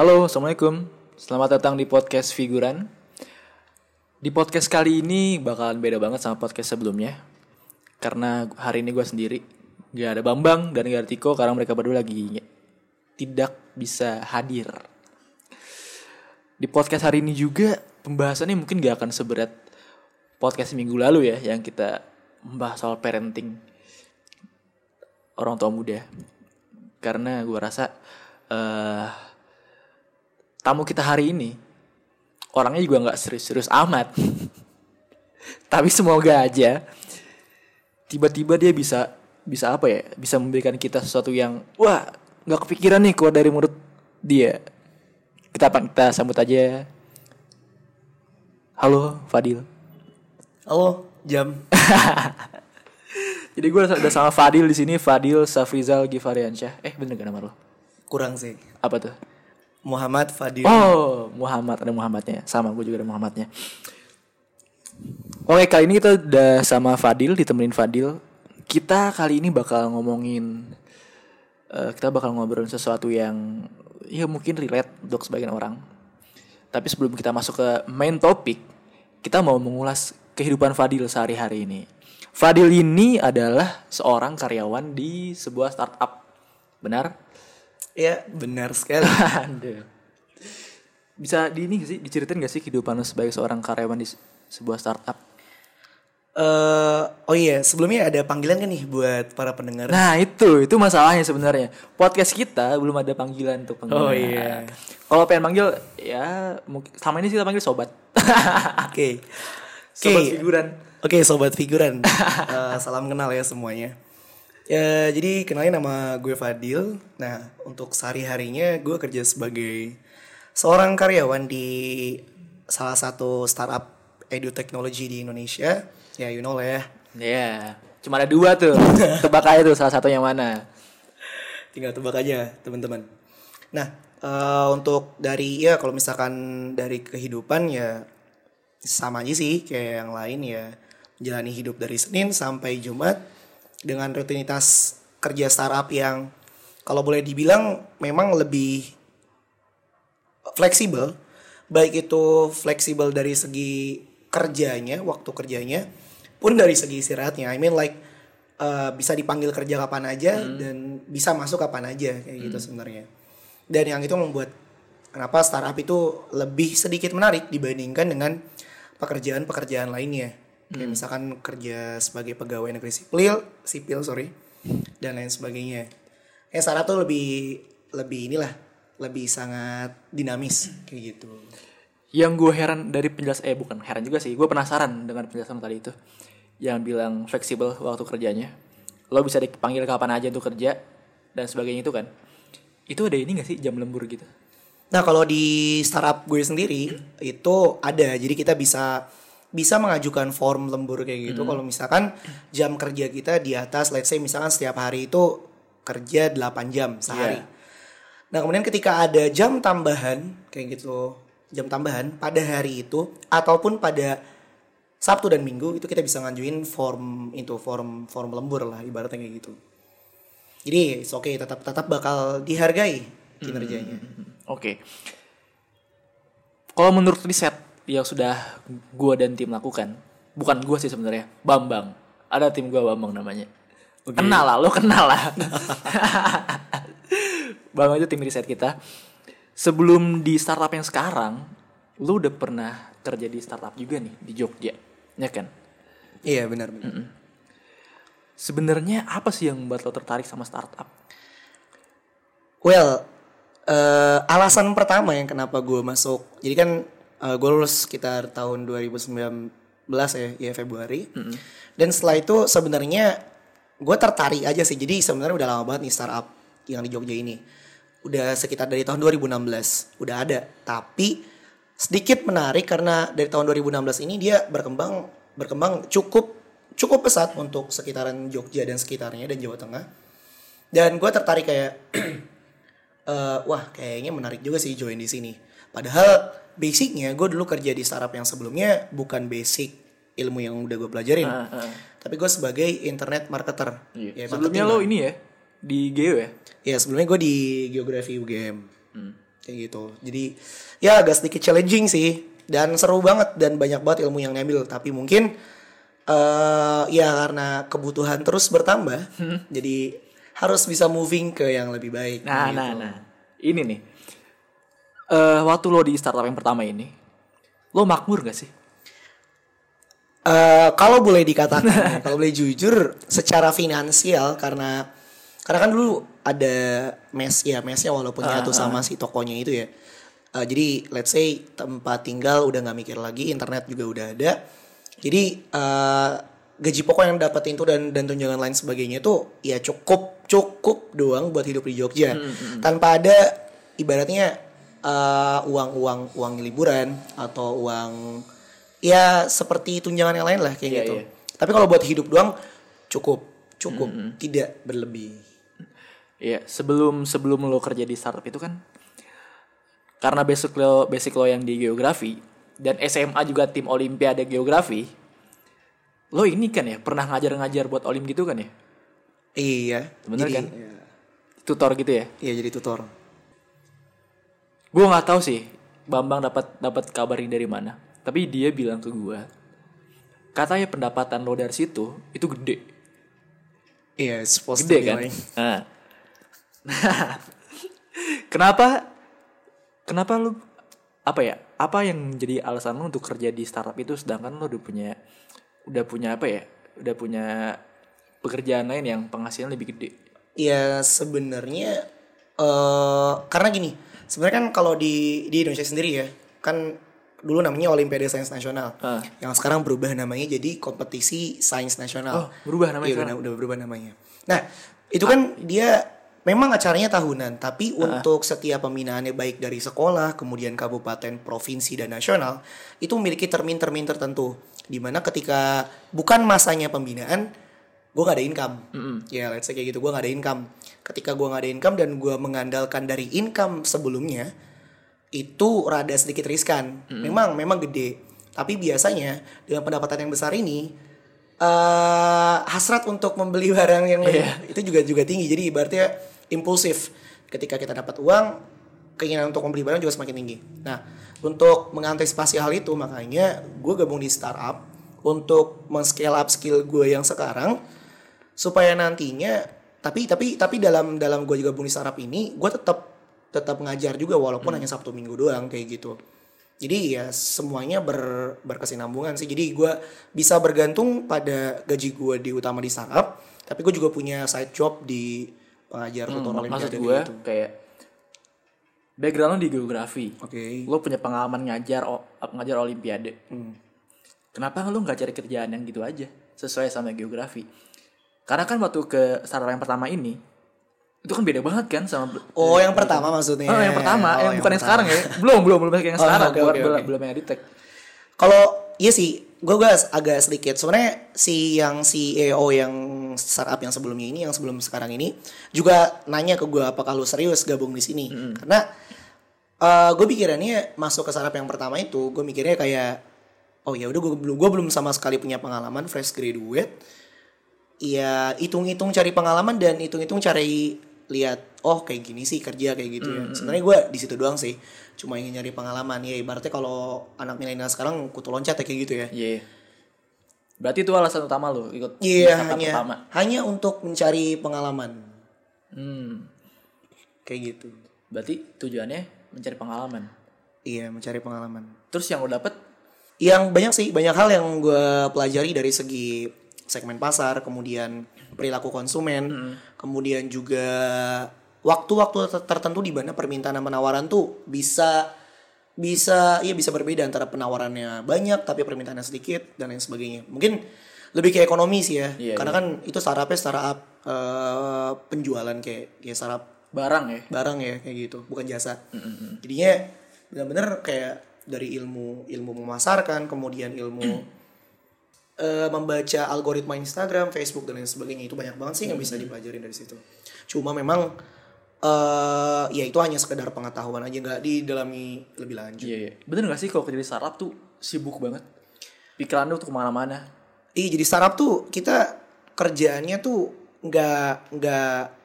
Halo, assalamualaikum. Selamat datang di podcast Figuran. Di podcast kali ini bakalan beda banget sama podcast sebelumnya. Karena hari ini gue sendiri, gak ada Bambang dan gak ada Tiko karena mereka berdua lagi tidak bisa hadir. Di podcast hari ini juga pembahasannya mungkin gak akan seberat podcast minggu lalu ya, yang kita membahas soal parenting orang tua muda. Karena gue rasa tamu kita hari ini orangnya juga nggak serius-serius amat. Tapi semoga aja tiba-tiba dia bisa apa ya, bisa memberikan kita sesuatu yang wah nggak kepikiran nih keluar dari mulut dia. Kita sambut aja. Halo Fadil. Halo Jam. Jadi gue udah sama Fadil di sini. Fadil Safrizal Gifariansyah. Bener gak nama lo? Kurang sih. Apa tuh? Muhammad Fadil. Oh, Muhammad, ada Muhammadnya. Sama, gue juga ada Muhammadnya. Oke, kali ini kita udah sama Fadil, ditemenin Fadil. Kita kali ini bakal ngomongin, kita bakal ngobrolin sesuatu yang ya mungkin relate untuk sebagian orang. Tapi sebelum kita masuk ke main topik, kita mau mengulas kehidupan Fadil sehari-hari ini. Fadil ini adalah seorang karyawan di sebuah startup. Benar? Ya, benar sekali. Bisa diceritain gak sih kehidupan lo sebagai seorang karyawan di sebuah startup? Oh iya, sebelumnya ada panggilan kan nih buat para pendengar? Nah itu masalahnya sebenarnya. Podcast kita belum ada panggilan untuk pendengar. Oh iya. Kalau pengen manggil, ya mungkin sama ini sih kita panggil sobat. Oke. Sobat figuran. Oke, sobat figuran. Salam kenal ya semuanya. Ya, jadi kenalin nama gue Fadil. Nah, untuk sehari-harinya gue kerja sebagai seorang karyawan di salah satu startup edu-teknologi di Indonesia. Ya, you know lah ya. Iya, cuma ada 2 tuh. Tebak aja tuh salah satu yang mana. Tinggal tebak aja, teman-teman. Nah, untuk kalau misalkan dari kehidupan ya sama aja sih kayak yang lain ya. Menjalani hidup dari Senin sampai Jumat dengan rutinitas kerja startup yang kalau boleh dibilang memang lebih fleksibel. Baik itu fleksibel dari segi kerjanya, waktu kerjanya, pun dari segi istirahatnya. I mean like bisa dipanggil kerja kapan aja dan bisa masuk kapan aja kayak gitu sebenarnya. Dan yang itu membuat kenapa startup itu lebih sedikit menarik dibandingkan dengan pekerjaan-pekerjaan lainnya. Kayak misalkan kerja sebagai pegawai negeri sipil dan lain sebagainya. Startup tuh lebih sangat dinamis kayak gitu. Yang gue heran dari bukan heran juga sih, gue penasaran dengan penjelasan tadi itu yang bilang fleksibel waktu kerjanya. Lo bisa dipanggil kapan aja untuk kerja dan sebagainya itu kan. Itu ada ini gak sih jam lembur gitu? Nah kalau di startup gue sendiri itu ada, jadi kita bisa mengajukan form lembur kayak gitu. Kalau misalkan jam kerja kita di atas, let's say misalkan setiap hari itu kerja 8 jam sehari. Yeah. Nah kemudian ketika ada jam tambahan kayak gitu, jam tambahan pada hari itu ataupun pada Sabtu dan Minggu itu kita bisa ngajuin form lembur lah ibaratnya kayak gitu. Jadi it's okay, tetap bakal dihargai kinerjanya. Oke. Kalau menurut riset yang sudah gue dan tim lakukan, bukan gue sih sebenarnya, Bambang. Ada tim gue Bambang namanya. Okay. Lo kenal lah. Bambang itu tim riset kita. Sebelum di startup yang sekarang, lo udah pernah kerja di startup juga nih di Jogja, ya kan? Iya benar. Sebenarnya apa sih yang membuat lo tertarik sama startup? Well, alasan pertama yang kenapa gue masuk, jadi kan gue lulus sekitar tahun 2019 ya Februari. Dan setelah itu sebenarnya gue tertarik aja sih. Jadi sebenarnya udah lama banget nih startup yang di Jogja ini. Udah sekitar dari tahun 2016 udah ada. Tapi sedikit menarik karena dari tahun 2016 ini dia berkembang cukup pesat untuk sekitaran Jogja dan sekitarnya dan Jawa Tengah. Dan gue tertarik kayak wah kayaknya menarik juga sih join di sini. Padahal basicnya gue dulu kerja di startup yang sebelumnya bukan basic ilmu yang udah gue pelajarin, tapi gue sebagai internet marketer. Iya. Ya, sebelumnya lo ini ya di Geo ya? Ya sebelumnya gue di geografi UGM. kayak gitu. Jadi ya agak sedikit challenging sih dan seru banget dan banyak banget ilmu yang diambil. Tapi mungkin ya karena kebutuhan terus bertambah, jadi harus bisa moving ke yang lebih baik. Nah, gitu. ini nih. Waktu lo di startup yang pertama ini, lo makmur gak sih? Kalau boleh dikatakan, kalau boleh jujur, secara finansial karena kan dulu ada mesnya walaupun nyatu sama si tokonya itu ya. Jadi let's say tempat tinggal udah nggak mikir lagi, internet juga udah ada. Jadi gaji pokok yang dapetin itu dan tunjangan lain sebagainya itu ya cukup doang buat hidup di Jogja. Tanpa ada ibaratnya uang liburan atau uang ya seperti tunjangan yang lain lah kayak gitu. Iya. Tapi kalau buat hidup doang cukup tidak berlebih. Iya, sebelum lo kerja di startup itu kan karena basic lo yang di geografi dan SMA juga tim olimpiade geografi. Lo ini kan ya pernah ngajar buat olim gitu kan ya? Iya. Bener jadi, kan? Tutor gitu ya? Iya jadi tutor. Gue nggak tahu sih Bambang dapat kabar ini dari mana. Tapi dia bilang ke gue, katanya pendapatan lo dari situ itu gede. Iya, Gede kan? Nah. Kenapa lu apa yang jadi alasan lu untuk kerja di startup itu sedangkan lu udah punya pekerjaan lain yang penghasilan lebih gede? Iya sebenarnya karena gini, sebenarnya kan kalau di Indonesia sendiri ya, kan dulu namanya Olimpiade Sains Nasional, yang sekarang berubah namanya jadi Kompetisi Sains Nasional. Oh, berubah namanya? Iya udah berubah namanya. Nah itu kan dia memang acaranya tahunan, tapi untuk setiap pembinaannya baik dari sekolah, kemudian kabupaten, provinsi dan nasional itu memiliki termin tertentu. Dimana ketika bukan masanya pembinaan, gue gak ada income. Ya let's say kayak gitu, gue gak ada income. Ketika gue gak ada income dan gue mengandalkan dari income sebelumnya, itu rada sedikit riskan. Memang gede. Tapi biasanya dengan pendapatan yang besar ini, hasrat untuk membeli barang yang itu juga tinggi. Jadi ibaratnya impulsif. Ketika kita dapat uang, keinginan untuk membeli barang juga semakin tinggi. Nah, untuk mengantisipasi hal itu, makanya gue gabung di startup untuk men-scale up skill gue yang sekarang, supaya nantinya tapi dalam gue juga gabung di startup ini, gue tetap ngajar juga walaupun hanya Sabtu Minggu doang kayak gitu. Jadi ya semuanya berkesinambungan sih. Jadi gue bisa bergantung pada gaji gue utama di startup, tapi gue juga punya side job di pengajar tutor olimpiade. Maksud gue gitu. Kayak background lo di geografi. Oke. Lo punya pengalaman ngajar olimpiade. Kenapa lo nggak cari kerjaan yang gitu aja sesuai sama geografi? Karena kan waktu ke startup yang pertama ini itu kan beda banget kan sama yang pertama maksudnya. Yang pertama, yang bukan yang sekarang ya. Belum yang sekarang. Okay. Belum yang editech. Kalau iya sih, gue agak sedikit. Sebenarnya si CEO yang startup yang sebelumnya ini, yang sebelum sekarang ini juga nanya ke gue apakah lu serius gabung di sini. Karena gue pikirannya masuk ke startup yang pertama itu, gue mikirnya kayak oh ya udah gue belum sama sekali punya pengalaman, fresh graduate. Ya hitung-hitung cari pengalaman dan hitung-hitung cari lihat oh kayak gini sih kerja kayak gitu ya. Sebenarnya gue di situ doang sih, cuma ingin nyari pengalaman ya. Ibaratnya kalau anak milenial sekarang kutu loncat ya kayak gitu ya. Iya. Berarti itu alasan utama lo ikut hanya untuk mencari pengalaman. Kayak gitu. Berarti tujuannya mencari pengalaman. Iya, mencari pengalaman. Terus yang lo dapet? Yang banyak hal yang gue pelajari dari segi segmen pasar, kemudian perilaku konsumen, kemudian juga waktu-waktu tertentu di mana permintaan dan penawaran tuh bisa berbeda antara penawarannya banyak tapi permintaannya sedikit dan lain sebagainya. Mungkin lebih ke ekonomi sih ya. Karena kan itu startup penjualan kayak startup barang ya kayak gitu, bukan jasa. Jadinya benar-benar kayak dari ilmu memasarkan, kemudian ilmu membaca algoritma Instagram, Facebook dan lain sebagainya, itu banyak banget sih yang bisa dipelajarin dari situ. Cuma memang ya itu hanya sekedar pengetahuan aja, nggak didalami lebih lanjut. Iya. Bener nggak sih kalau kerja di startup tuh sibuk banget, pikiran lu tuh kemana-mana? Iya, jadi startup tuh kita kerjaannya tuh nggak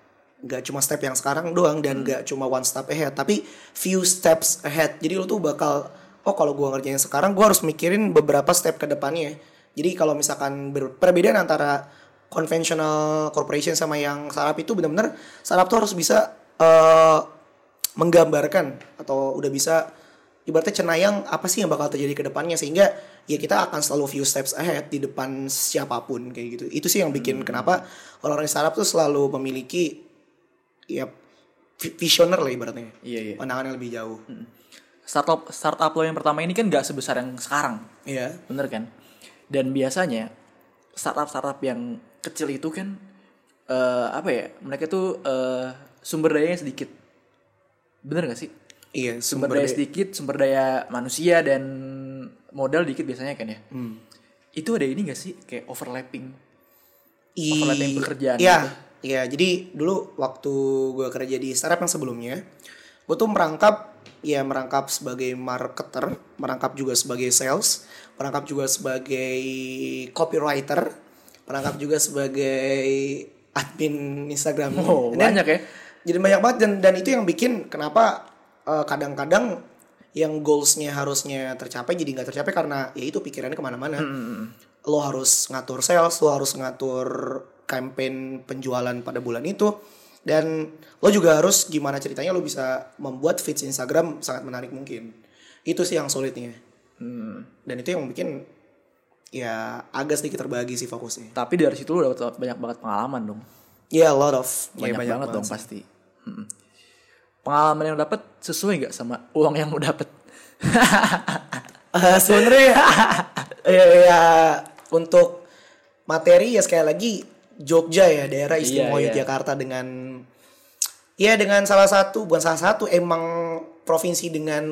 nggak cuma step yang sekarang doang dan nggak cuma one step ahead, tapi few steps ahead. Jadi lu tuh bakal, oh kalau gue ngerjain sekarang gue harus mikirin beberapa step ke depannya. Jadi kalau misalkan perbedaan antara conventional corporation sama yang startup itu benar-benar startup tuh harus bisa menggambarkan atau udah bisa ibaratnya cenayang apa sih yang bakal terjadi ke depannya, sehingga ya kita akan selalu few steps ahead di depan siapapun kayak gitu. Itu sih yang bikin kenapa orang-orang startup tuh selalu memiliki ya visioner lah ibaratnya. Iya. Pandangan yang lebih jauh. Startup lo yang pertama ini kan gak sebesar yang sekarang. Iya. Bener kan? Dan biasanya startup yang kecil itu kan mereka tuh sumber dayanya sedikit. Bener gak sih? Iya, Sumber daya sedikit, sumber daya manusia dan modal dikit biasanya kan ya. Itu ada ini gak sih kayak overlapping pekerjaan Iya, gitu? iya. Jadi dulu waktu gue kerja di startup yang sebelumnya, gue tuh merangkap sebagai marketer, merangkap juga sebagai sales, merangkap juga sebagai copywriter, merangkap juga sebagai admin Instagram. Oh, banyak ya. Jadi banyak banget dan itu yang bikin kenapa kadang-kadang yang goalsnya harusnya tercapai jadi nggak tercapai karena ya itu pikirannya kemana-mana. Lo harus ngatur sales, lo harus ngatur campaign penjualan pada bulan itu, dan lo juga harus gimana ceritanya lo bisa membuat feeds Instagram sangat menarik mungkin. Itu sih yang sulitnya. Dan itu yang bikin ya agak sedikit terbagi sih fokusnya. Tapi dari situ lo dapat banyak banget pengalaman dong. Ya, a lot of Banyak banget dong pasti. Pengalaman yang lo dapet sesuai nggak sama uang yang lo dapet? Sebenarnya ya untuk materi ya sekali lagi Jogja ya, daerah istimewa Yogyakarta dengan salah satu, bukan salah satu, emang provinsi dengan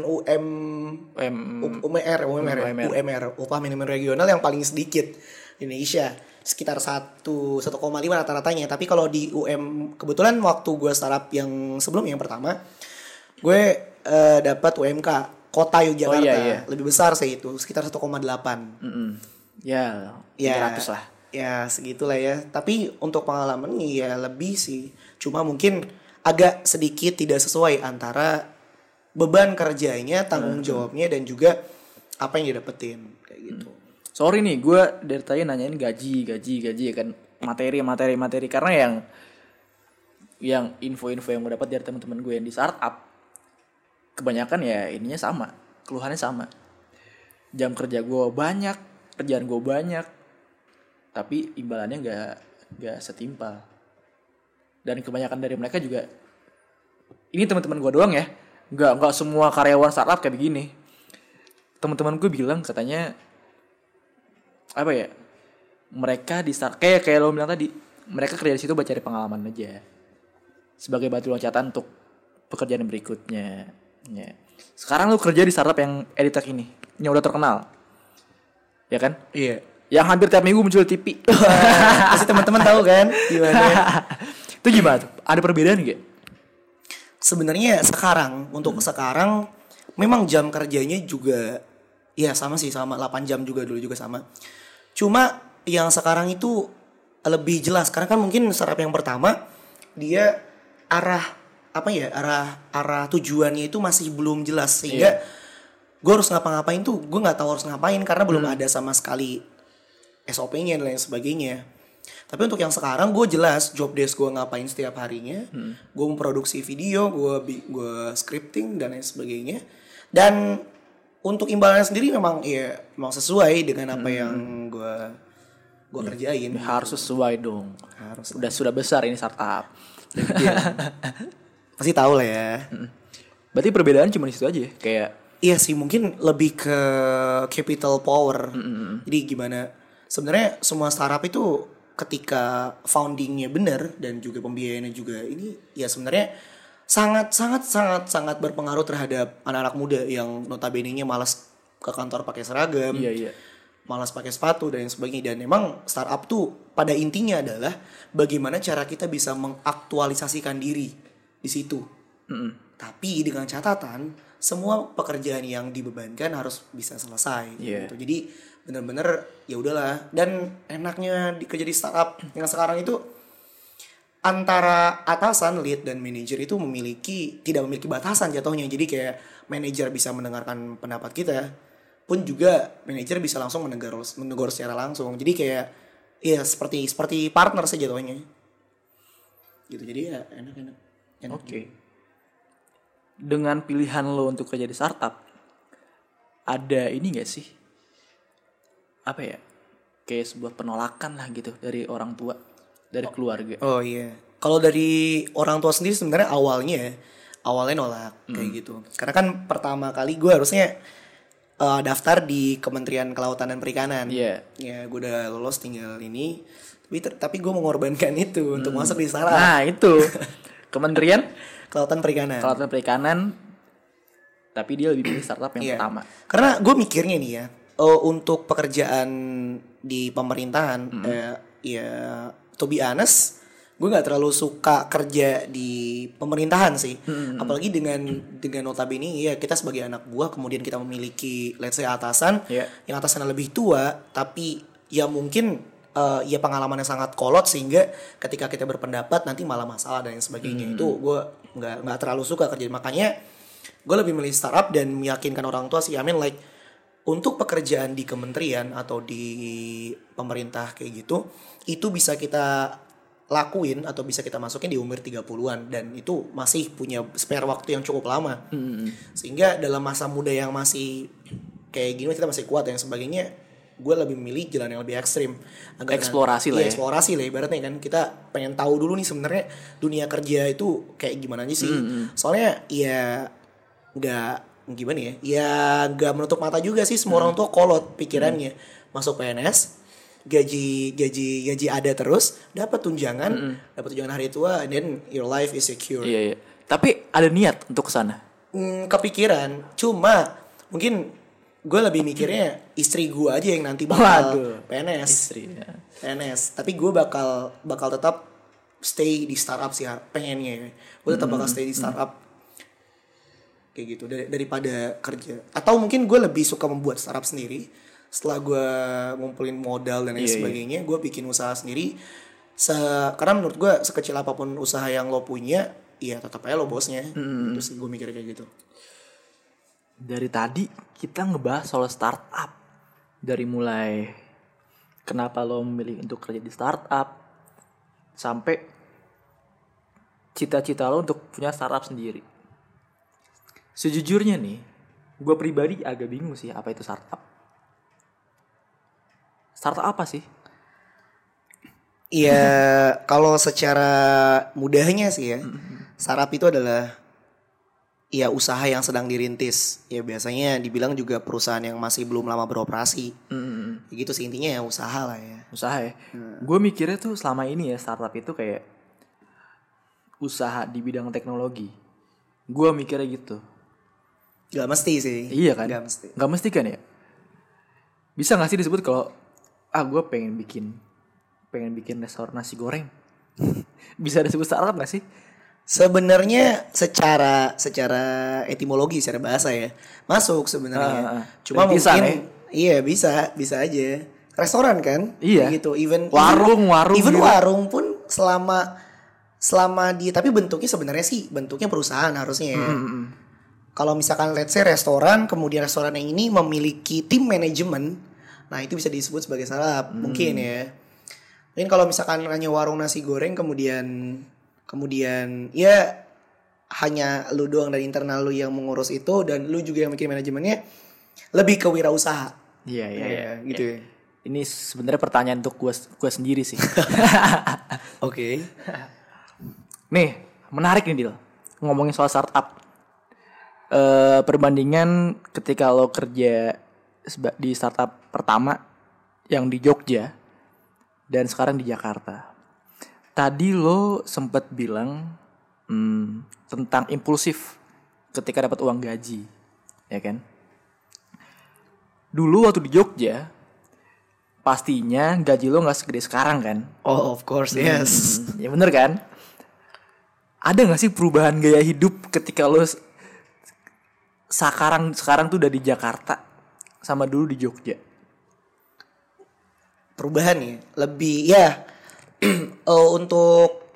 UMR, upah minimum regional yang paling sedikit di Indonesia, sekitar 1,5 rata-ratanya. Tapi kalau di kebetulan waktu gue startup yang sebelum yang pertama, gue dapat UMK kota Yogyakarta, lebih besar sih itu, sekitar 1,8. Ya 300 lah. Ya segitulah ya. Tapi untuk pengalaman ya lebih sih. Cuma mungkin agak sedikit tidak sesuai antara beban kerjanya, tanggung jawabnya, dan juga apa yang didapetin kayak gitu. Sorry nih, gue dari tadi nanyain gaji ya kan, materi karena yang info-info yang gue dapat dari teman-teman gue yang di startup kebanyakan ya ininya sama, keluhannya sama. Jam kerja gue banyak, kerjaan gue banyak, tapi imbalannya nggak setimpal. Dan kebanyakan dari mereka juga, ini teman-teman gue doang ya, nggak semua karyawan startup kayak begini. Teman-teman gue bilang katanya mereka di start kayak lo bilang tadi, mereka kerja di situ buat cari pengalaman aja sebagai batu loncatan untuk pekerjaan berikutnya. Ya. Sekarang lo kerja di startup yang edtech ini, yang udah terkenal, ya kan? Iya. Yang hampir tiap minggu muncul di TV. Pasti teman-teman tahu kan gimana? Itu gimana tuh? Ada perbedaan gak? Sebenarnya untuk sekarang memang jam kerjanya juga ya sama sih, sama 8 jam juga, dulu juga sama. Cuma yang sekarang itu lebih jelas karena kan mungkin startup yang pertama dia arah tujuannya itu masih belum jelas, sehingga gue harus ngapa-ngapain tuh gue nggak tahu harus ngapain karena belum ada sama sekali SOP-nya dan lain sebagainya. Tapi untuk yang sekarang gue jelas job desk gue ngapain setiap harinya. Gue memproduksi video, gue scripting dan lain sebagainya. Dan untuk imbalannya sendiri memang sesuai dengan apa yang gue kerjain. Harus sesuai dong. Harus. Sudah besar ini startup. Pasti tahu lah ya. Berarti perbedaan cuma di situ aja ya? Kayak iya sih, mungkin lebih ke capital power. Jadi gimana? Sebenarnya semua startup itu ketika foundingnya benar dan juga pembiayaannya juga ini ya sebenarnya sangat berpengaruh terhadap anak-anak muda yang notabene-nya malas ke kantor pakai seragam, malas pakai sepatu dan sebagainya. Dan memang startup tuh pada intinya adalah bagaimana cara kita bisa mengaktualisasikan diri di situ. Tapi dengan catatan semua pekerjaan yang dibebankan harus bisa selesai gitu. Jadi benar-benar ya udahlah. Dan enaknya kerja di startup yang sekarang itu antara atasan, lead dan manajer itu tidak memiliki batasan jatuhnya. Jadi kayak manajer bisa mendengarkan pendapat kita, pun juga manajer bisa langsung menegur secara langsung. Jadi kayak ya seperti partner sih jatuhnya. Gitu. Jadi ya enak. Oke. Dengan pilihan lo untuk kerja di startup, ada ini gak sih? Apa ya? Kayak sebuah penolakan lah gitu dari orang tua, dari keluarga. Oh iya. Kalau dari orang tua sendiri sebenarnya awalnya nolak kayak gitu. Karena kan pertama kali gue harusnya daftar di Kementerian Kelautan dan Perikanan. Iya. Ya gue udah lolos tinggal ini. Tapi gue mengorbankan itu untuk masuk di startup. Nah itu Kementerian Kelautan Perikanan. Kelautan Perikanan. Tapi dia lebih pilih startup yang pertama. Karena gue mikirnya nih ya, untuk pekerjaan di pemerintahan, ya to be honest, gue nggak terlalu suka kerja di pemerintahan sih. Apalagi dengan notabene ya kita sebagai anak buah, kemudian kita memiliki let's say atasan, yang atasannya lebih tua, tapi ya mungkin ya pengalamannya sangat kolot sehingga ketika kita berpendapat nanti malah masalah dan sebagainya. Itu gue nggak terlalu suka kerja. Makanya gue lebih milih startup dan meyakinkan orang tua sih. I mean like untuk pekerjaan di kementerian atau di pemerintah kayak gitu, itu bisa kita lakuin atau bisa kita masukin di umur 30-an dan itu masih punya spare waktu yang cukup lama. Sehingga dalam masa muda yang masih kayak gini kita masih kuat dan sebagainya, gue lebih memilih jalan yang lebih ekstrim. Eksplorasi lah ya. Eksplorasi lah ibaratnya kan, kita pengen tahu dulu nih sebenarnya dunia kerja itu kayak gimana aja sih. Soalnya ya gimana ya nggak menutup mata juga sih, semua orang tua kolot pikirannya. Masuk PNS, gaji ada terus, dapat tunjangan hari tua, and then your life is secure. Iya. Tapi ada niat untuk kesana? Kepikiran, cuma mungkin gue lebih mikirnya istri gue aja yang nanti bakal PNS. Istri ya. PNS, tapi gue bakal tetap stay di startup sih, pengennya. Gue tetap bakal stay di startup kayak gitu daripada kerja. Atau mungkin gue lebih suka membuat startup sendiri. Setelah gue ngumpulin modal dan lain sebagainya, gue bikin usaha sendiri. Karena menurut gue sekecil apapun usaha yang lo punya, ya tetap aja lo bosnya. Terus gue mikir kayak gitu. Dari tadi kita ngebahas soal startup. Dari mulai kenapa lo memilih untuk kerja di startup, sampai cita-cita lo untuk punya startup sendiri. Sejujurnya nih, gue pribadi agak bingung sih apa itu startup. Startup apa sih? Iya, kalau secara mudahnya sih ya, startup itu adalah ya usaha yang sedang dirintis. Ya biasanya dibilang juga perusahaan yang masih belum lama beroperasi. Ya gitu sih intinya ya, usaha lah ya. Usaha ya. Gue mikirnya tuh selama ini ya startup itu kayak usaha di bidang teknologi. Gue mikirnya gitu. Gak mesti sih. Iya kan? Gak mesti kan ya? Bisa gak sih disebut kalau gue pengen bikin restoran nasi goreng? Bisa disebut startup gak sih? Sebenarnya secara etimologi, secara bahasa ya masuk sebenarnya. Cuma mungkin iya bisa aja. Restoran kan? Iya. Gitu. Even warung even gitu. warung pun selama tapi bentuknya bentuknya perusahaan harusnya ya. Kalau misalkan let's say restoran, kemudian restoran yang ini memiliki tim manajemen, nah itu bisa disebut sebagai startup. Mungkin ya. Mungkin kalau misalkan hanya warung nasi goreng kemudian ya hanya lu doang dari internal lu yang mengurus itu dan lu juga yang bikin manajemennya, lebih ke wirausaha. Iya. Gitu ya. Ini sebenarnya pertanyaan untuk gue sendiri sih. Oke. Nih, menarik nih Dil. Ngomongin soal startup. Perbandingan ketika lo kerja di startup pertama yang di Jogja dan sekarang di Jakarta. Tadi lo sempat bilang tentang impulsif ketika dapat uang gaji, ya kan? Dulu waktu di Jogja, pastinya gaji lo nggak segede sekarang kan? Oh of course yes. Ya bener kan? Ada nggak sih perubahan gaya hidup ketika lo sekarang tuh udah di Jakarta sama dulu di Jogja? Perubahan ya, lebih ya untuk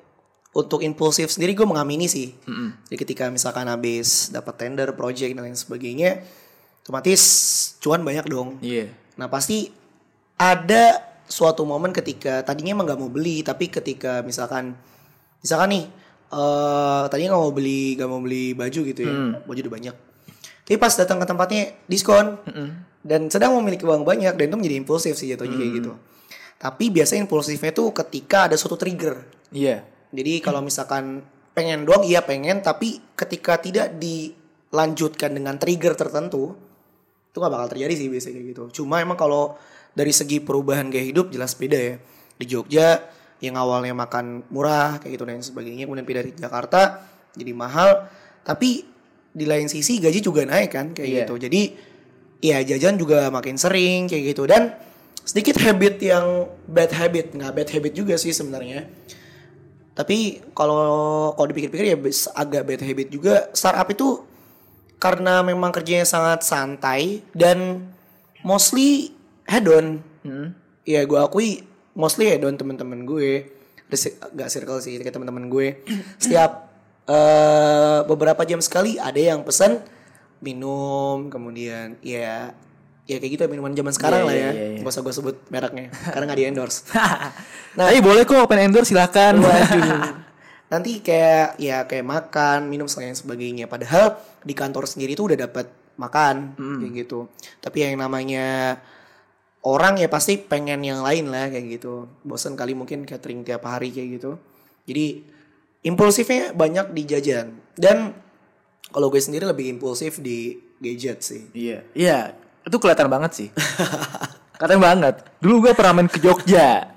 untuk impulsif sendiri gue mengamini sih. Jadi ketika misalkan habis dapat tender, project dan lain sebagainya, otomatis cuan banyak dong. Iya. Nah pasti ada suatu momen ketika tadinya emang nggak mau beli, tapi ketika misalkan nih tadinya nggak mau beli baju gitu ya, baju udah banyak. Tapi pas datang ke tempatnya diskon dan sedang memiliki uang banyak, dan itu menjadi impulsif sih jatuhnya kayak gitu. Tapi biasanya impulsifnya tuh ketika ada suatu trigger. Iya. Jadi kalau misalkan pengen doang, iya pengen, tapi ketika tidak dilanjutkan dengan trigger tertentu, itu gak bakal terjadi sih biasanya kayak gitu. Cuma emang kalau dari segi perubahan gaya hidup jelas beda ya. Di Jogja yang awalnya makan murah kayak gitu dan sebagainya, kemudian pindah di Jakarta jadi mahal, tapi di lain sisi gaji juga naik kan kayak gitu. Jadi ya jajan juga makin sering kayak gitu, dan sedikit habit yang bad habit, nggak bad habit juga sih sebenarnya. Tapi kalau dipikir-pikir ya agak bad habit juga. Startup itu karena memang kerjanya sangat santai dan mostly hedon. Ya gue akui mostly hedon teman-teman gue. Gak circle sih kayak teman-teman gue. Setiap beberapa jam sekali ada yang pesan minum, kemudian ya kayak gitu ya, minuman zaman sekarang lah ya. Gak usah gue sebut mereknya karena gak di endorse. Nah, boleh kok open endorse silakan. Waduh. Nanti kayak makan, minum dan sebagainya. Padahal di kantor sendiri tuh udah dapat makan kayak gitu. Tapi yang namanya orang ya pasti pengen yang lain lah kayak gitu. Bosan kali mungkin catering tiap hari kayak gitu. Jadi impulsifnya banyak di jajan. Dan kalau gue sendiri lebih impulsif di gadget sih. Iya. Itu kelihatan banget sih. Kelihatan banget. Dulu gue pernah main ke Jogja.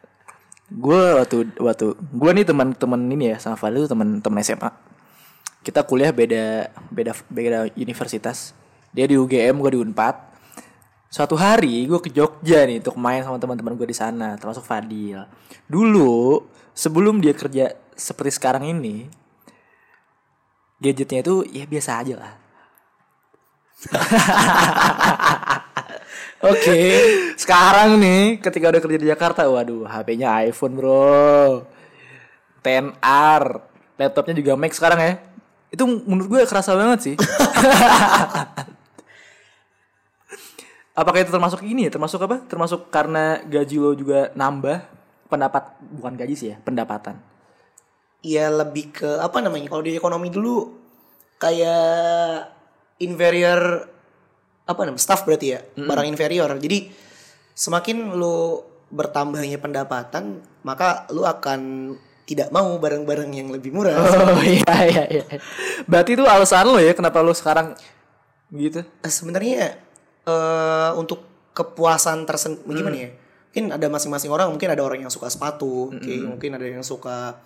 Gue waktu gue nih teman-teman ini ya sama Fadil tuh teman SMA. Kita kuliah beda universitas. Dia di UGM, gue di Unpad. Suatu hari gue ke Jogja nih untuk main sama teman-teman gue di sana, termasuk Fadil. Dulu sebelum dia kerja seperti sekarang ini, gadgetnya itu ya biasa aja lah. Oke. Sekarang nih ketika udah kerja di Jakarta, waduh, HP-nya iPhone, Bro. XR, laptopnya juga Mac sekarang ya. Itu menurut gue kerasa banget sih. Apakah itu termasuk ini ya? Termasuk apa? Termasuk karena gaji lo juga nambah, bukan gaji sih ya, pendapatan. Iya, lebih ke apa namanya? Kalau di ekonomi dulu kayak inferior apa namanya? Staff berarti ya, barang inferior. Jadi semakin lu bertambahnya pendapatan, maka lu akan tidak mau barang-barang yang lebih murah. Oh iya. Berarti itu alasan lo ya kenapa lo sekarang gitu? Sebenarnya untuk kepuasan gimana ya? Mungkin ada masing-masing orang, mungkin ada orang yang suka sepatu, mungkin ada yang suka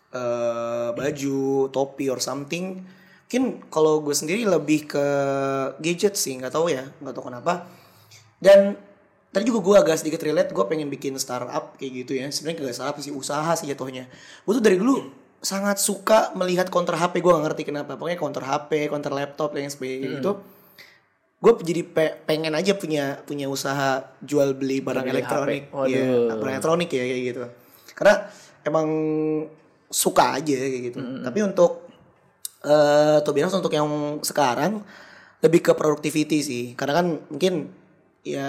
baju, topi or something. Mungkin kalau gue sendiri lebih ke gadget sih, nggak tahu kenapa. Dan tadi juga gue agak sedikit relate, gue pengen bikin startup kayak gitu ya. Sebenarnya gak startup sih, usaha sih jatuhnya. Gue tuh dari dulu sangat suka melihat counter HP, gue gak ngerti kenapa. Pokoknya counter HP, counter laptop dan sebagainya gitu. Gue jadi pengen aja punya usaha jual beli barang elektronik. Iya, barang elektronik ya kayak gitu. Karena emang suka aja kayak gitu. Tapi untuk untuk yang sekarang lebih ke productivity sih. Karena kan mungkin ya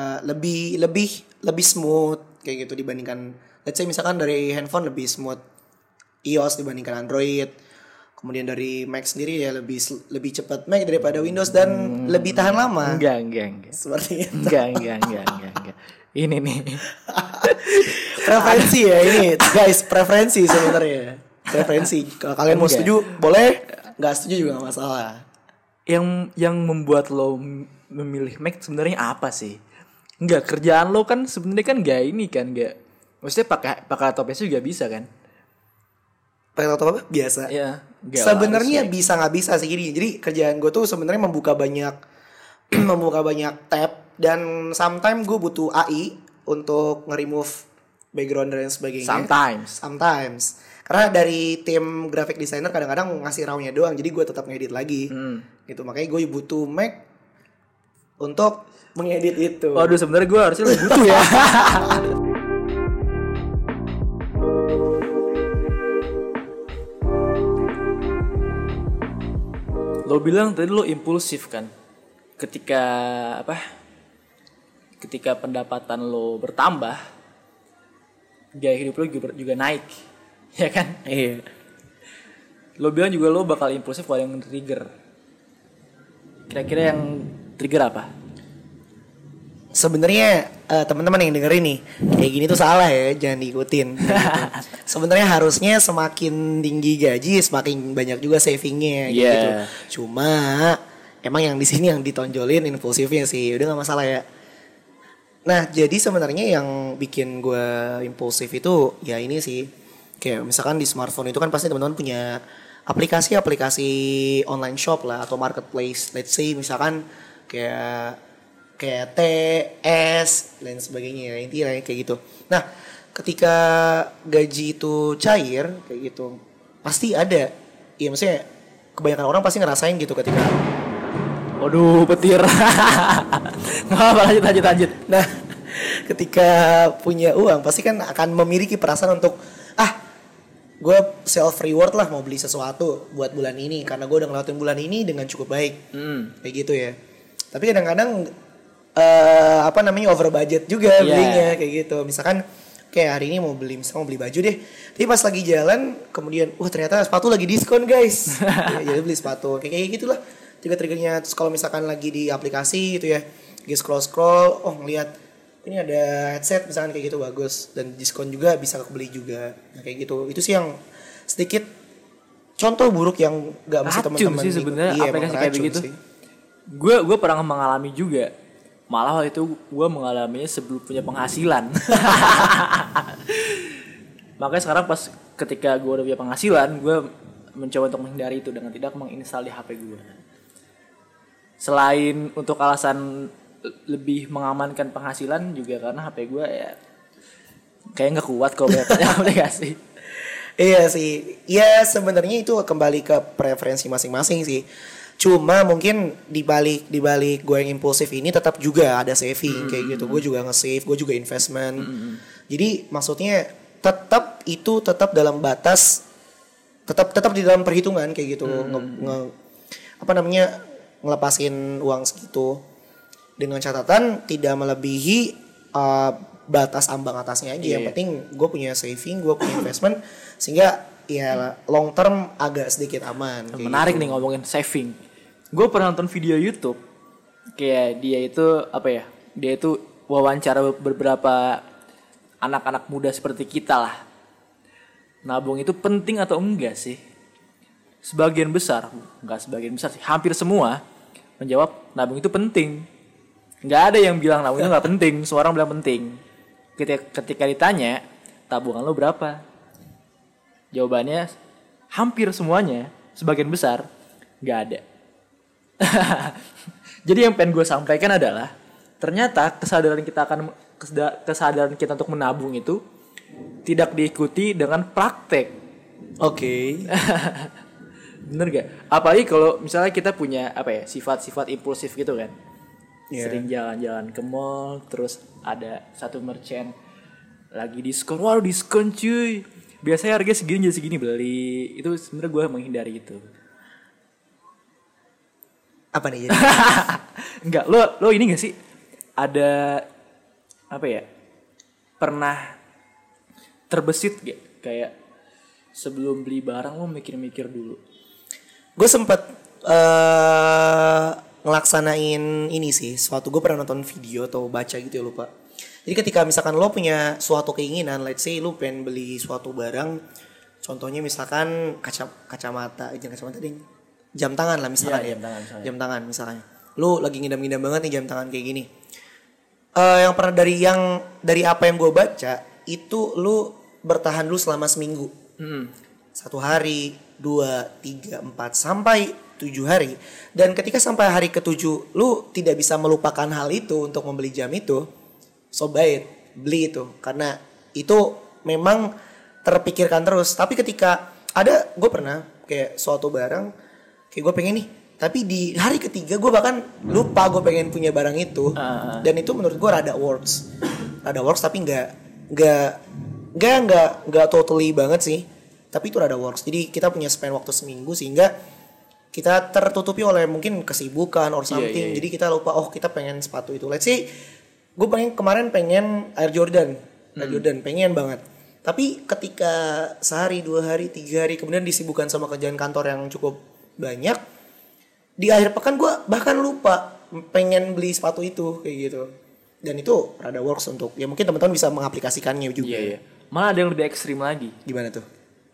lebih smooth kayak gitu dibandingkan, let's say misalkan dari handphone lebih smooth iOS dibandingkan Android. Kemudian dari Mac sendiri ya lebih cepat Mac daripada Windows dan lebih tahan lama. Enggak. Seperti itu. Enggak. Ini nih. Preferensi ya ini, guys, preferensi sebenarnya. Preferensi. Kalau kalian mau setuju boleh, nggak setuju juga nggak masalah. Yang membuat lo memilih Mac sebenarnya apa sih? Enggak, kerjaan lo kan sebenarnya kan enggak. Maksudnya pakai laptop juga bisa kan? Pakai laptop apa? Biasa. Iya. Sebenarnya bisa nggak bisa sih gini. Jadi kerjaan gue tuh sebenarnya membuka banyak tab, dan sometimes gue butuh AI untuk nge-remove background dan sebagainya. Sometimes. Karena dari tim graphic designer kadang-kadang ngasih raw-nya doang, jadi gue tetap ngedit lagi. Gitu, makanya gue butuh Mac untuk mengedit itu. Waduh, sebenarnya gue harusnya lebih butuh ya. Lo bilang tadi lo impulsif kan? Ketika Ketika pendapatan lo bertambah, gaya hidup lo juga naik, ya kan? Iya. Lo bilang juga lo bakal impulsif kalau yang trigger. Kira-kira yang trigger apa? Sebenarnya teman-teman yang dengerin nih, kayak gini tuh salah ya, jangan diikutin. Gitu. Sebenarnya harusnya semakin tinggi gaji, semakin banyak juga savingnya gitu. Cuma emang yang di sini yang ditonjolin impulsifnya sih, udah nggak masalah ya. Nah, jadi sebenarnya yang bikin gue impulsif itu ya ini sih. Kayak misalkan di smartphone itu kan pasti teman-teman punya aplikasi-aplikasi online shop lah atau marketplace. Let's say misalkan kayak T, S dan sebagainya, intinya kayak gitu. Nah, ketika gaji itu cair kayak gitu, pasti ada. Iya, maksudnya kebanyakan orang pasti ngerasain gitu ketika waduh, petir. Nggak apa, lanjut. Nah, ketika punya uang pasti kan akan memiliki perasaan untuk gue self reward lah, mau beli sesuatu buat bulan ini karena gue udah ngelewatin bulan ini dengan cukup baik, kayak gitu ya. Tapi kadang-kadang over budget juga belinya kayak gitu. Misalkan kayak hari ini mau beli baju deh, tapi pas lagi jalan kemudian ternyata sepatu lagi diskon guys. Jadi beli sepatu kayak gitulah. Triggernya. Terus kalau misalkan lagi di aplikasi gitu ya, lagi scroll ngelihat ini ada headset misalkan kayak gitu bagus dan diskon juga, bisa kebeli juga. Nah, kayak gitu. Itu sih yang sedikit contoh buruk yang nggak mesti teman-teman sih sebenarnya aplikasi kayak begitu. Gue pernah mengalami juga. Malah waktu itu gue mengalaminya sebelum punya penghasilan. Makanya sekarang pas ketika gue udah punya penghasilan, gue mencoba untuk menghindari itu dengan tidak menginstal di HP gue. Selain untuk alasan lebih mengamankan penghasilan juga karena HP gue ya kayak nggak kuat kalau banyak aplikasi. Iya sih, ya sebenarnya itu kembali ke preferensi masing-masing sih. Cuma mungkin di balik gue yang impulsif ini tetap juga ada saving kayak gitu. Gue juga nge-save, gue juga investment. Jadi maksudnya tetap dalam batas, tetap di dalam perhitungan kayak gitu. Ngelepasin uang segitu dengan catatan tidak melebihi batas ambang atasnya aja. Yang penting gue punya saving, gue punya investment, sehingga ya long term agak sedikit aman. Menarik gitu. Nih ngomongin saving. Gue pernah nonton video YouTube, kayak dia itu wawancara beberapa anak-anak muda seperti kita lah. Nabung itu penting atau enggak sih? Sebagian besar sih, hampir semua menjawab nabung itu penting. Nggak ada yang bilang nabung itu nggak penting. Semua orang bilang penting. Ketika ditanya tabungan lo berapa, jawabannya hampir semuanya, sebagian besar nggak ada. Jadi yang pengen gue sampaikan adalah ternyata kesadaran kita untuk menabung itu tidak diikuti dengan praktek. Oke. Bener gak? Apalagi kalau misalnya kita punya sifat-sifat impulsif gitu kan. Sering jalan-jalan ke mall, terus ada satu merchant lagi diskon, waduh diskon cuy, biasanya harga segini jadi segini, beli. Itu sebenarnya gue menghindari itu. Apa nih jadi? Enggak, lo ini gak sih ada pernah terbesit gak kayak sebelum beli barang lo mikir-mikir dulu? Gue sempet ngelaksanain ini sih. Suatu gue pernah nonton video atau baca gitu ya, lupa. Jadi ketika misalkan lo punya suatu keinginan, let's say lo pengen beli suatu barang, contohnya misalkan kacamata ding, jam tangan lah misalkan. Jam tangan misalnya. Lo lagi ngidam-ngidam banget nih jam tangan kayak gini. Yang pernah dari apa yang gue baca itu lo bertahan dulu selama seminggu. 1 hari, 2, 3, 4 sampai 7 hari. Dan ketika sampai hari ke-7 lu tidak bisa melupakan hal itu untuk membeli jam itu, so buy it, beli itu, karena itu memang terpikirkan terus. Tapi ketika gue pernah kayak suatu barang kayak gue pengen nih, tapi di hari ketiga gue bahkan lupa gue pengen punya barang itu. Dan itu menurut gue rada works tapi nggak totally banget sih, tapi itu rada works. Jadi kita punya spend waktu seminggu sehingga kita tertutupi oleh mungkin kesibukan or something. Iya. Jadi kita lupa kita pengen sepatu itu. Let's say gue kemarin pengen Air Jordan pengen banget. Tapi ketika sehari, 2 hari, 3 hari kemudian disibukkan sama kerjaan kantor yang cukup banyak, di akhir pekan gue bahkan lupa pengen beli sepatu itu kayak gitu. Dan itu rada works untuk ya mungkin teman-teman bisa mengaplikasikannya juga. Iya. Malah ada yang lebih ekstrim lagi. Gimana tuh?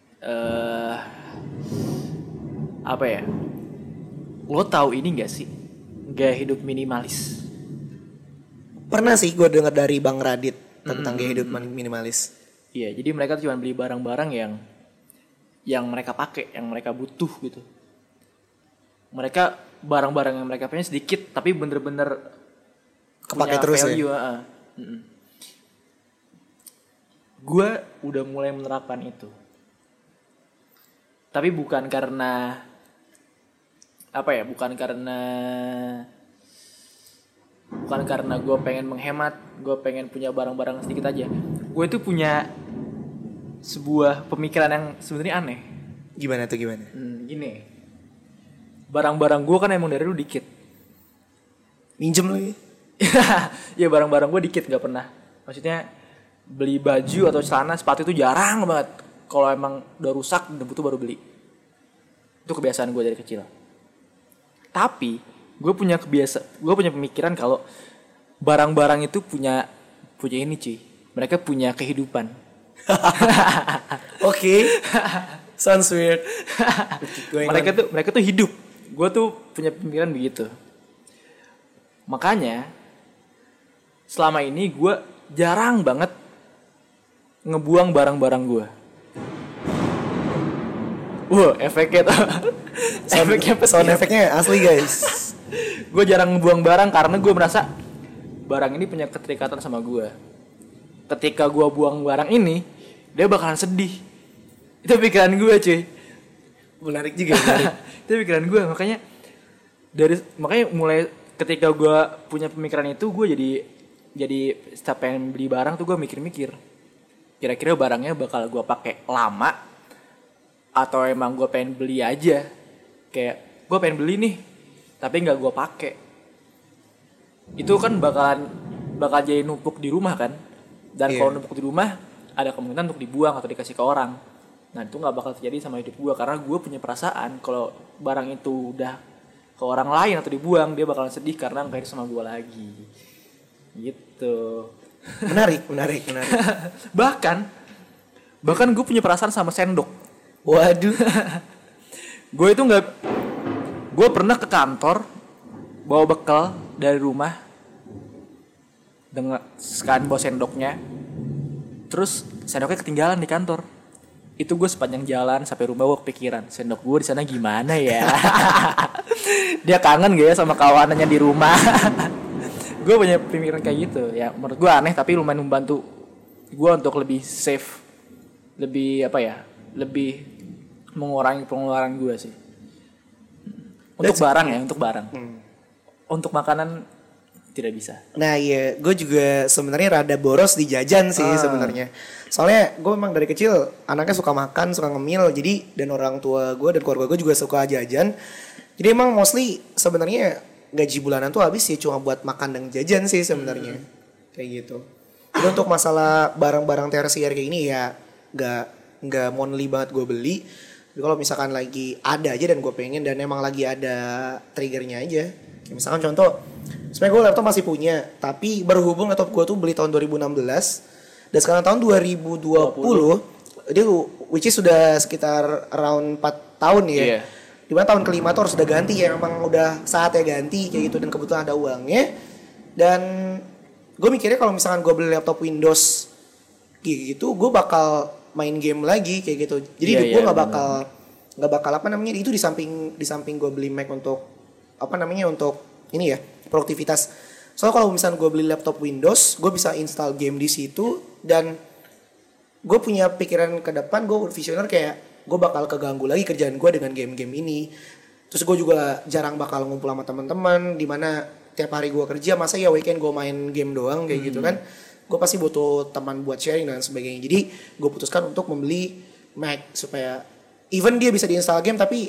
Apa ya? Lo tahu ini gak sih? Gaya hidup minimalis. Pernah sih gue dengar dari Bang Radit tentang gaya hidup minimalis. Iya, jadi mereka tuh cuma beli barang-barang yang mereka pakai, yang mereka butuh gitu. Mereka barang-barang yang mereka punya sedikit, tapi bener-bener Kepake punya terus value, ya. Gue udah mulai menerapkan itu. Tapi bukan karena bukan karena gue pengen menghemat, gue pengen punya barang-barang sedikit aja. Gue itu punya sebuah pemikiran yang sebenarnya aneh. Gimana tuh gimana? Gini, barang-barang gue kan emang dari dulu dikit. Minjem lagi? Ya barang-barang gue dikit, nggak pernah. Maksudnya beli baju atau celana, sepatu itu jarang banget. Kalau emang udah rusak, udah butuh baru beli. Itu kebiasaan gue dari kecil. Tapi gue punya pemikiran kalau barang-barang itu punya ini cuy. Mereka punya kehidupan. Oke. Sounds weird. mereka tuh hidup. Gue tuh punya pemikiran begitu. Makanya selama ini gue jarang banget ngebuang barang-barang gue. Efeknya tuh. Sound efeknya asli guys. Gue jarang ngebuang barang karena gue merasa barang ini punya keterikatan sama gue. Ketika gue buang barang ini, dia bakalan sedih. Itu pikiran gue cuy. Menarik juga, menarik. Itu pikiran gue, makanya mulai ketika gue punya pemikiran itu, gue jadi setiap pengen beli barang tuh gue mikir-mikir. Kira-kira barangnya bakal gue pakai lama atau emang gue pengen beli aja. Kayak gue pengen beli nih, tapi nggak gue pakai. Itu kan bakal jadi numpuk di rumah kan. Dan kalau numpuk di rumah, ada kemungkinan untuk dibuang atau dikasih ke orang. Nah itu gak bakal terjadi sama hidup gue. Karena gue punya perasaan kalau barang itu udah ke orang lain atau dibuang, dia bakalan sedih karena gak hidup sama gue lagi. Gitu. Menarik. Bahkan gue punya perasaan sama sendok. Waduh. Gue pernah ke kantor bawa bekal dari rumah dengan sekalian bawa sendoknya, terus sendoknya ketinggalan di kantor. Itu gue sepanjang jalan sampai rumah gue kepikiran, sendok gue di sana gimana ya? Dia kangen gak ya sama kawanannya di rumah? Gue punya pemikiran kayak gitu. Ya menurut gue aneh tapi lumayan membantu gue untuk lebih safe, lebih mengurangi pengeluaran gue sih. Untuk barang. Untuk makanan tidak bisa. Nah iya, gue juga sebenarnya rada boros di jajan sih sebenarnya. Soalnya gue memang dari kecil anaknya suka makan, suka ngemil. Jadi dan orang tua gue dan keluarga gue juga suka jajan. Jadi emang mostly sebenarnya gaji bulanan tuh habis ya cuma buat makan dan jajan sih sebenarnya. Kayak gitu. Jadi untuk masalah barang-barang tersier kayak ini ya nggak monthly banget gue beli. Jadi kalau misalkan lagi ada aja dan gue pengen dan emang lagi ada triggernya aja. Kayak misalkan contoh, sebenarnya gue laptop masih punya, tapi berhubung laptop gue tuh beli tahun 2016 dan sekarang tahun 2020, dia which is sudah sekitar around 4 tahun ya. Yeah. Dimana tahun kelima tuh harus udah ganti ya, emang udah saatnya ganti kayak gitu dan kebetulan ada uangnya. Dan gue mikirnya kalau misalkan gue beli laptop Windows kayak gitu, gue bakal main game lagi kayak gitu. Jadi gue nggak bakal itu di samping gue beli Mac untuk untuk ini ya produktivitas. Soalnya kalau misalnya gue beli laptop Windows, gue bisa install game di situ dan gue punya pikiran ke depan, gue visioner kayak gue bakal keganggu lagi kerjaan gue dengan game-game ini. Terus gue juga jarang bakal ngumpul sama teman-teman, dimana tiap hari gue kerja masa ya weekend gue main game doang kayak gitu kan. Gue pasti butuh teman buat sharing dan sebagainya. Jadi gue putuskan untuk membeli Mac supaya even dia bisa diinstal game tapi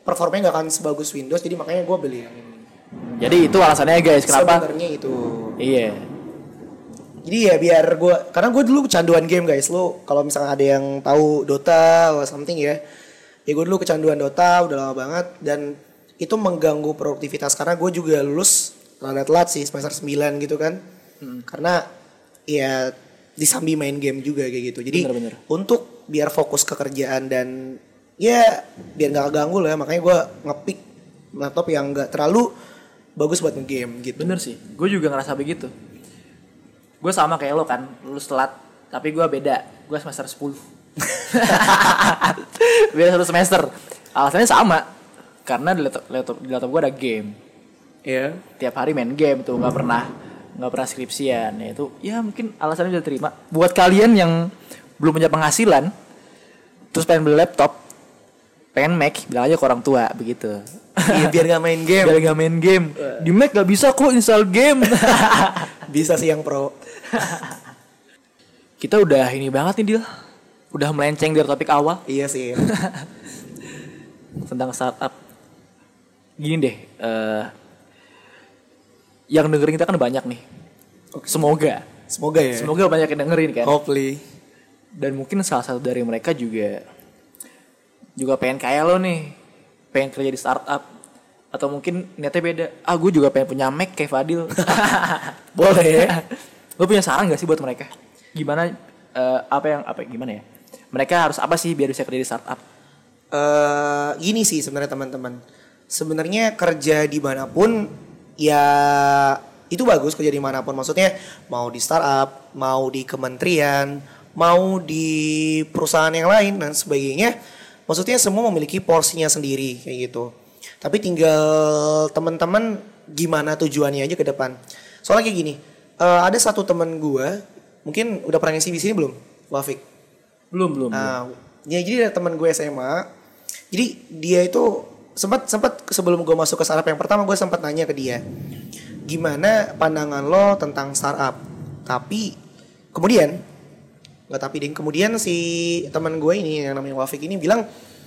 performanya nggak akan sebagus Windows, jadi makanya gue beli yang ini. Jadi itu alasannya guys, kenapa? Sebenarnya itu. Iya. Jadi ya biar gue, karena gue dulu kecanduan game guys. Lo kalau misalnya ada yang tahu Dota or something ya gue dulu kecanduan Dota udah lama banget, dan itu mengganggu produktivitas karena gue juga lulus rada telat sih, semester 9 gitu kan. Karena ya disambi main game juga kayak gitu. Jadi Bener. untuk biar fokus ke kerjaan dan ya biar nggak keganggu lah, makanya gue ngepick laptop yang nggak terlalu bagus buat nge-game gitu. Bener sih, gue juga ngerasa begitu. Gue sama kayak lo kan, lulus telat, tapi gue beda, gue semester 10. Beda 1 semester. Alasannya sama, karena di laptop gue ada game. Iya. Tiap hari main game tuh, nggak pernah skripsian. Ya itu ya mungkin alasannya bisa terima. Buat kalian yang belum punya penghasilan, terus pengen beli laptop, pengen Mac, bilang aja ke orang tua begitu. Iya, biar gak main game. Biar gak main game. Di Mac gak bisa kok install game. Bisa sih yang pro. Kita udah ini banget nih Dil. Udah melenceng dari topik awal. Iya sih. Tentang startup. Gini deh. Yang dengerin kita kan banyak nih. Okay. Semoga ya. Semoga banyak yang dengerin kan. Hopefully. Dan mungkin salah satu dari mereka juga pengen kayak lo nih. Pengen kerja di startup. Atau mungkin niatnya beda. Gue juga pengen punya Mac kayak Fadil. Boleh. Lo punya saran gak sih buat mereka? Gimana gimana ya? Mereka harus apa sih biar bisa kerja di startup? Gini sih sebenarnya teman-teman. Sebenarnya kerja dimanapun ya itu bagus, kerja dimanapun. Maksudnya mau di startup, mau di kementerian, mau di perusahaan yang lain dan sebagainya. Maksudnya semua memiliki porsinya sendiri kayak gitu. Tapi tinggal teman-teman gimana tujuannya aja ke depan. Soalnya kayak gini, ada satu teman gue, mungkin udah pernah ngisi di sini belum, Wafik? Belum. Ya jadi ada teman gue SMA. Jadi dia itu sempat sebelum gue masuk ke startup yang pertama, gue sempat nanya ke dia, gimana pandangan lo tentang startup? Kemudian si teman gue ini yang namanya Wafik ini bilang,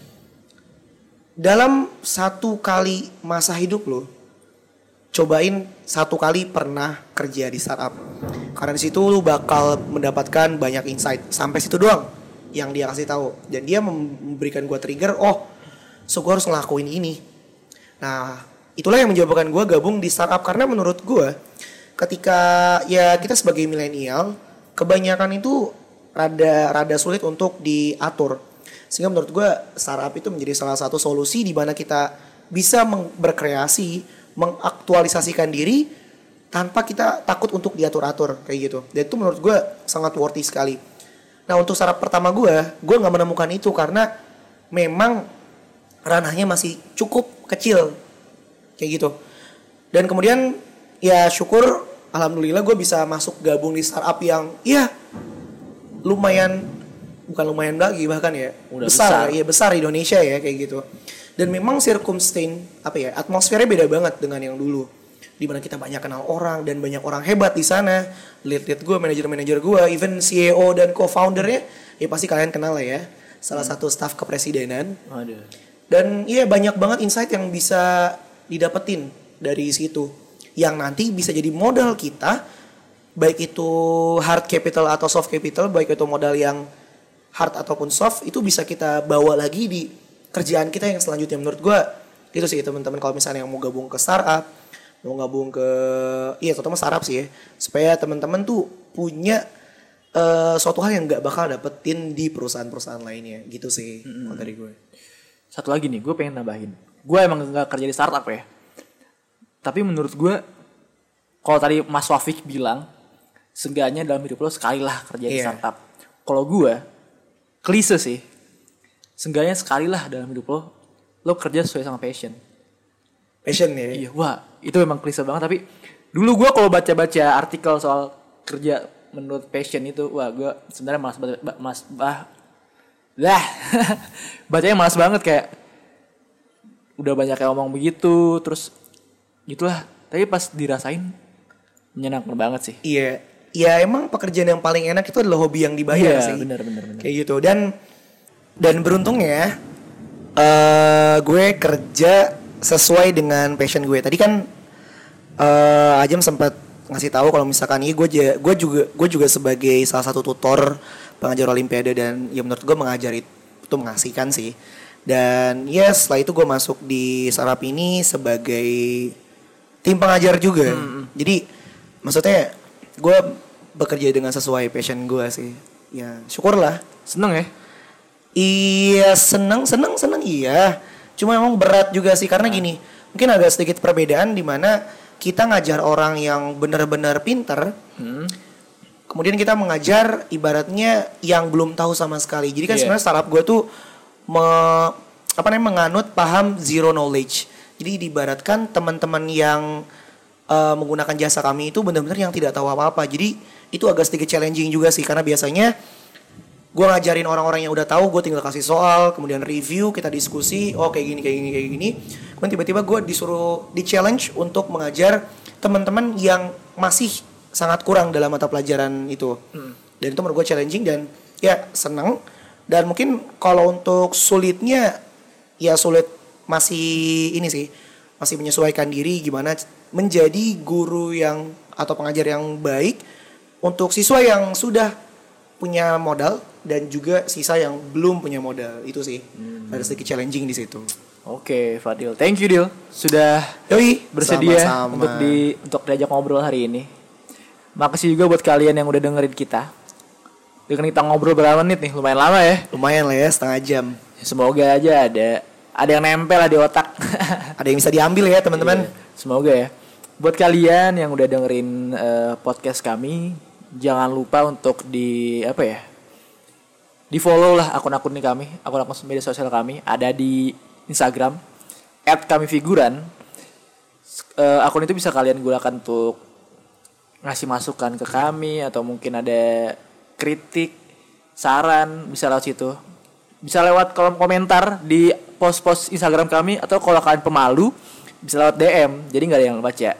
dalam 1 kali masa hidup lo, cobain 1 kali pernah kerja di startup. Karena di situ lo bakal mendapatkan banyak insight. Sampai situ doang yang dia kasih tahu. Dan dia memberikan gue trigger, so gue harus ngelakuin ini. Nah, itulah yang menyebabkan gue gabung di startup. Karena menurut gue, ketika ya kita sebagai milenial, kebanyakan itu rada sulit untuk diatur. Sehingga menurut gue startup itu menjadi salah satu solusi di mana kita bisa berkreasi, mengaktualisasikan diri tanpa kita takut untuk diatur-atur kayak gitu. Dan itu menurut gue sangat worthy sekali. Nah, untuk startup pertama gue gak menemukan itu karena memang ranahnya masih cukup kecil kayak gitu. Dan kemudian ya syukur alhamdulillah gue bisa masuk gabung di startup yang bukan lumayan lagi bahkan ya, udah besar Indonesia ya kayak gitu. Dan memang atmosfernya beda banget dengan yang dulu, di mana kita banyak kenal orang dan banyak orang hebat di sana. Lead gue, manajer gue, even CEO dan co-foundernya ya pasti kalian kenal lah ya, salah satu staf kepresidenan. Dan banyak banget insight yang bisa didapetin dari situ, yang nanti bisa jadi modal kita, baik itu hard capital atau soft capital, baik itu modal yang hard ataupun soft, itu bisa kita bawa lagi di kerjaan kita yang selanjutnya. Menurut gue itu sih teman-teman, kalau misalnya yang mau gabung ke startup, mau gabung ke terutama startup sih ya, supaya teman-teman tuh punya suatu hal yang gak bakal dapetin di perusahaan-perusahaan lainnya gitu sih. Kalau dari gue. Satu lagi nih, gue pengen tambahin. Gue emang gak kerja di startup ya, tapi menurut gue, kalau tadi Mas Wafik bilang, seenggaknya dalam hidup lo sekali lah kerja di startup. Kalau gue klise sih, seenggaknya sekali lah dalam hidup lo kerja sesuai sama passion ya. Iya, wah itu memang klise banget, tapi dulu gue kalau baca artikel soal kerja menurut passion itu, wah gue sebenarnya bacanya malas banget, kayak udah banyak yang ngomong begitu, terus gitulah. Tapi pas dirasain menyenangkan banget sih. Iya. Ya emang pekerjaan yang paling enak itu adalah hobi yang dibayar sih. Benar. Kayak gitu. Dan beruntungnya Gue kerja sesuai dengan passion gue. Tadi kan Ajam sempat ngasih tahu kalau misalkan ini gue juga sebagai salah satu tutor pengajar olimpiade, dan ya menurut gue mengajar itu mengasihkan sih. Dan ya setelah itu gue masuk di startup ini sebagai tim pengajar juga. Jadi maksudnya gue bekerja dengan sesuai passion gue sih. Ya syukurlah. Seneng ya? Iya seneng iya. Cuma emang berat juga sih karena gini, mungkin agak sedikit perbedaan di mana kita ngajar orang yang benar-benar pinter, kemudian kita mengajar ibaratnya yang belum tahu sama sekali. Jadi kan sebenarnya startup gue tuh menganut paham zero knowledge. Jadi diibaratkan teman-teman yang menggunakan jasa kami itu benar-benar yang tidak tahu apa-apa. Jadi itu agak sedikit challenging juga sih karena biasanya gue ngajarin orang-orang yang udah tahu, gue tinggal kasih soal, kemudian review, kita diskusi, oh kayak gini. Kemudian tiba-tiba gue di challenge untuk mengajar teman-teman yang masih sangat kurang dalam mata pelajaran itu. Dan itu menurut gue challenging dan ya seneng. Dan mungkin kalau untuk sulitnya, ya sulit masih ini sih, masih menyesuaikan diri gimana menjadi guru yang atau pengajar yang baik untuk siswa yang sudah punya modal dan juga sisa yang belum punya modal. Itu sih ada sedikit challenging di situ. Oke, Fadil, thank you Dil sudah bersedia sama-sama untuk diajak ngobrol hari ini. Makasih juga buat kalian yang udah dengerin kita. Dengan kita ngobrol berapa menit nih? Lumayan lama ya. Lumayan lah ya, setengah jam. Semoga aja ada yang nempel lah di otak. Ada yang bisa diambil ya teman-teman. Semoga ya. Buat kalian yang udah dengerin podcast kami, jangan lupa untuk di follow lah akun-akun kami, akun-akun media sosial kami ada di Instagram @kamifiguran. Akun itu bisa kalian gunakan untuk ngasih masukan ke kami atau mungkin ada kritik, saran, bisa lewat situ. Bisa lewat kolom komentar di post-post Instagram kami, atau kalau kalian pemalu bisa lewat DM, jadi nggak ada yang baca.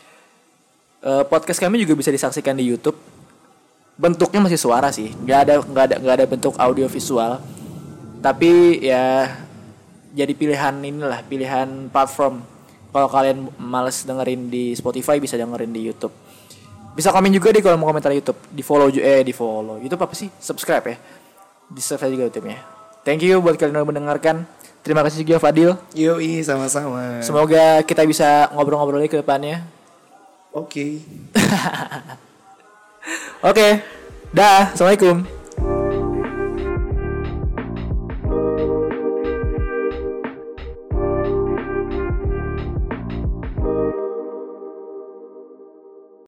Podcast kami juga bisa disaksikan di YouTube. Bentuknya masih suara sih, nggak ada bentuk audio visual. Tapi ya jadi pilihan platform. Kalau kalian males dengerin di Spotify, bisa dengerin di YouTube. Bisa komen juga di kolom komentar YouTube. Di follow YouTube apa sih? Subscribe ya. Di subscribe juga YouTube-nya. Thank you buat kalian yang mendengarkan. Terima kasih juga Fadil. Yoi, sama-sama. Semoga kita bisa ngobrol-ngobrol lagi ke depannya. Oke. Oke. Dah, assalamualaikum.